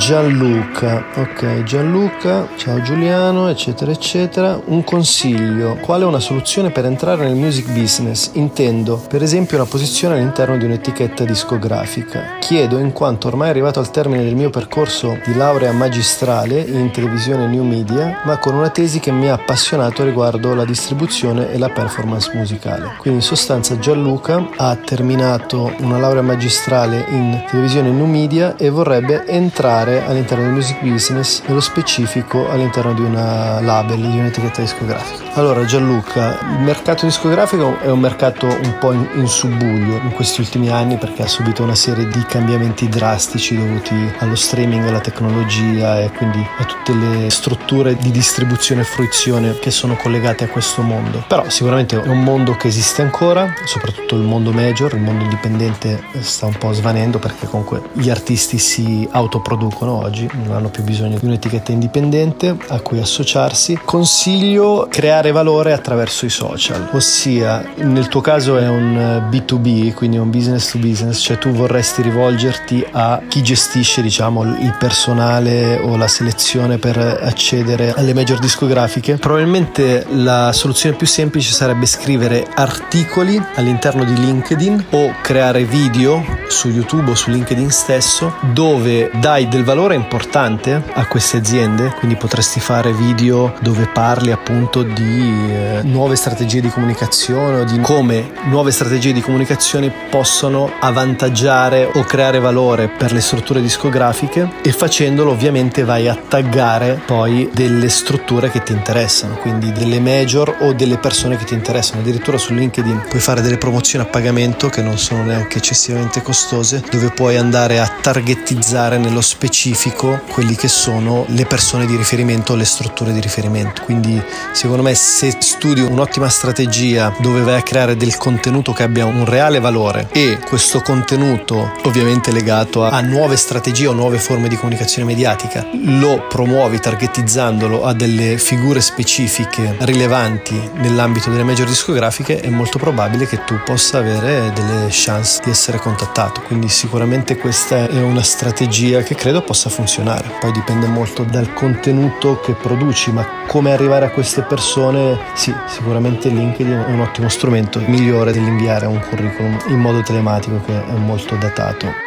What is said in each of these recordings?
Gianluca. Ok, Gianluca, ciao Giuliano, eccetera eccetera. Un consiglio: quale è una soluzione per entrare nel music business? Intendo per esempio una posizione all'interno di un'etichetta discografica. Chiedo in quanto ormai arrivato al termine del mio percorso di laurea magistrale in televisione e new media, ma con una tesi che mi ha appassionato riguardo la distribuzione e la performance musicale. Quindi in sostanza Gianluca ha terminato una laurea magistrale in televisione e new media e vorrebbe entrare all'interno del music business, nello specifico all'interno di una label, di un'etichetta discografica. Allora Gianluca, il mercato discografico è un mercato un po' in subbuglio in questi ultimi anni, perché ha subito una serie di cambiamenti drastici dovuti allo streaming, alla tecnologia e quindi a tutte le strutture di distribuzione e fruizione che sono collegate a questo mondo. Però sicuramente è un mondo che esiste ancora, soprattutto il mondo major, il mondo indipendente sta un po' svanendo, perché comunque gli artisti si autoproducono oggi, non hanno più bisogno di un'etichetta indipendente a cui associarsi. Consiglio creare valore attraverso i social, ossia nel tuo caso è un B2B, quindi un business to business, cioè tu vorresti rivolgerti a chi gestisce, diciamo, il personale o la selezione per accedere alle major discografiche. Probabilmente la soluzione più semplice sarebbe scrivere articoli all'interno di LinkedIn o creare video su YouTube o su LinkedIn stesso dove dai del valore importante a queste aziende. Quindi potresti fare video dove parli appunto di nuove strategie di comunicazione o di come nuove strategie di comunicazione possono avvantaggiare o creare valore per le strutture discografiche, e facendolo ovviamente vai a taggare poi delle strutture che ti interessano, quindi delle major o delle persone che ti interessano. Addirittura su LinkedIn puoi fare delle promozioni a pagamento che non sono neanche eccessivamente costose, dove puoi andare a targetizzare nello specifico quelli che sono le persone di riferimento o le strutture di riferimento. Quindi secondo me, se studi un'ottima strategia dove vai a creare del contenuto che abbia un reale valore, e questo contenuto ovviamente legato a nuove strategie o nuove forme di comunicazione mediatica, lo promuovi targetizzandolo a delle figure specifiche rilevanti nell'ambito delle major discografiche, è molto probabile che tu possa avere delle chance di essere contattato. Quindi sicuramente questa è una strategia che credo possa funzionare. Poi dipende molto dal contenuto che produci, ma come arrivare a queste persone, sì, sicuramente LinkedIn è un ottimo strumento, migliore dell'inviare un curriculum in modo telematico, che è molto datato.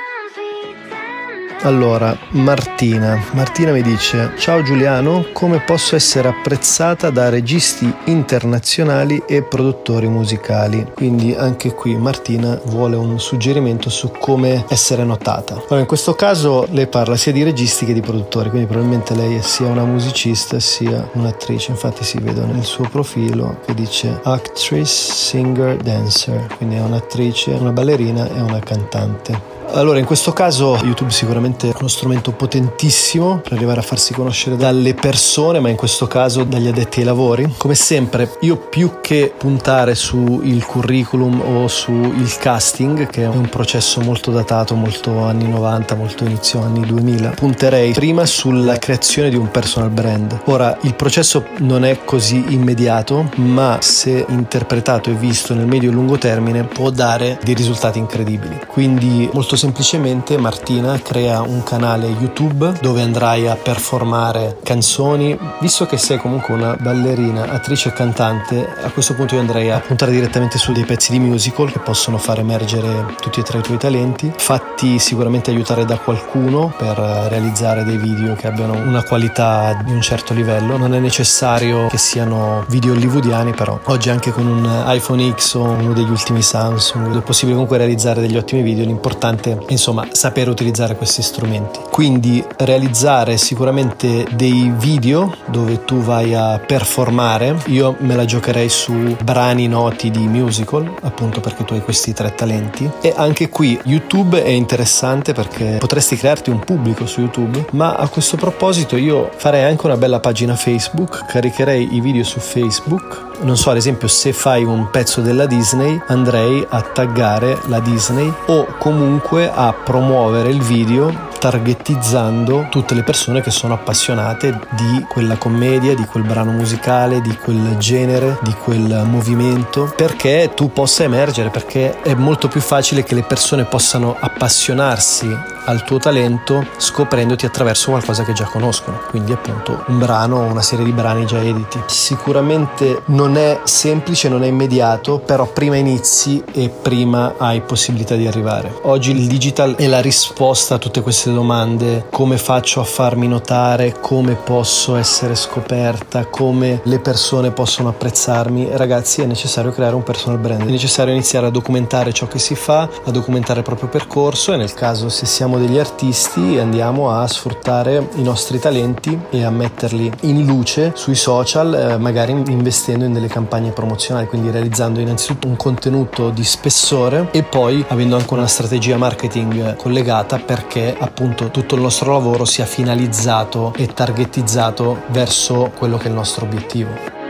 Allora, Martina mi dice: ciao Giuliano, come posso essere apprezzata da registi internazionali e produttori musicali? Quindi anche qui Martina vuole un suggerimento su come essere notata. Allora, in questo caso lei parla sia di registi che di produttori, quindi probabilmente lei è sia una musicista sia un'attrice. Infatti si vede nel suo profilo che dice actress, singer, dancer, quindi è un'attrice, una ballerina e una cantante. Allora, in questo caso YouTube sicuramente è uno strumento potentissimo per arrivare a farsi conoscere dalle persone, ma in questo caso dagli addetti ai lavori. Come sempre, io più che puntare sul curriculum o sul casting, che è un processo molto datato, molto anni 90, molto inizio anni 2000, punterei prima sulla creazione di un personal brand. Ora, il processo non è così immediato, ma se interpretato e visto nel medio e lungo termine può dare dei risultati incredibili. Quindi molto semplicemente Martina crea un canale YouTube dove andrai a performare canzoni. Visto che sei comunque una ballerina, attrice e cantante, a questo punto io andrei a puntare direttamente su dei pezzi di musical che possono far emergere tutti e tre i tuoi talenti, fatti sicuramente aiutare da qualcuno per realizzare dei video che abbiano una qualità di un certo livello. Non è necessario che siano video hollywoodiani, però oggi anche con un iPhone X o uno degli ultimi Samsung è possibile comunque realizzare degli ottimi video. L'importante è, insomma, sapere utilizzare questi strumenti. Quindi realizzare sicuramente dei video dove tu vai a performare. Io me la giocherei su brani noti di musical, appunto perché tu hai questi tre talenti. E anche qui YouTube è interessante perché potresti crearti un pubblico su YouTube, ma a questo proposito io farei anche una bella pagina Facebook, caricherei i video su Facebook. Non so, ad esempio, se fai un pezzo della Disney, andrei a taggare la Disney o comunque a promuovere il video targetizzando tutte le persone che sono appassionate di quella commedia, di quel brano musicale, di quel genere, di quel movimento, perché tu possa emergere, perché è molto più facile che le persone possano appassionarsi al tuo talento scoprendoti attraverso qualcosa che già conoscono, quindi appunto un brano o una serie di brani già editi. Sicuramente non è semplice, non è immediato, però prima inizi e prima hai possibilità di arrivare. Oggi il digital è la risposta a tutte queste domande: come faccio a farmi notare, come posso essere scoperta, come le persone possono apprezzarmi. Ragazzi, è necessario creare un personal brand, è necessario iniziare a documentare ciò che si fa, a documentare il proprio percorso, e nel caso, se siamo degli artisti, andiamo a sfruttare i nostri talenti e a metterli in luce sui social, magari investendo in delle campagne promozionali, quindi realizzando innanzitutto un contenuto di spessore e poi avendo anche una strategia marketing collegata, perché appunto tutto il nostro lavoro sia finalizzato e targetizzato verso quello che è il nostro obiettivo.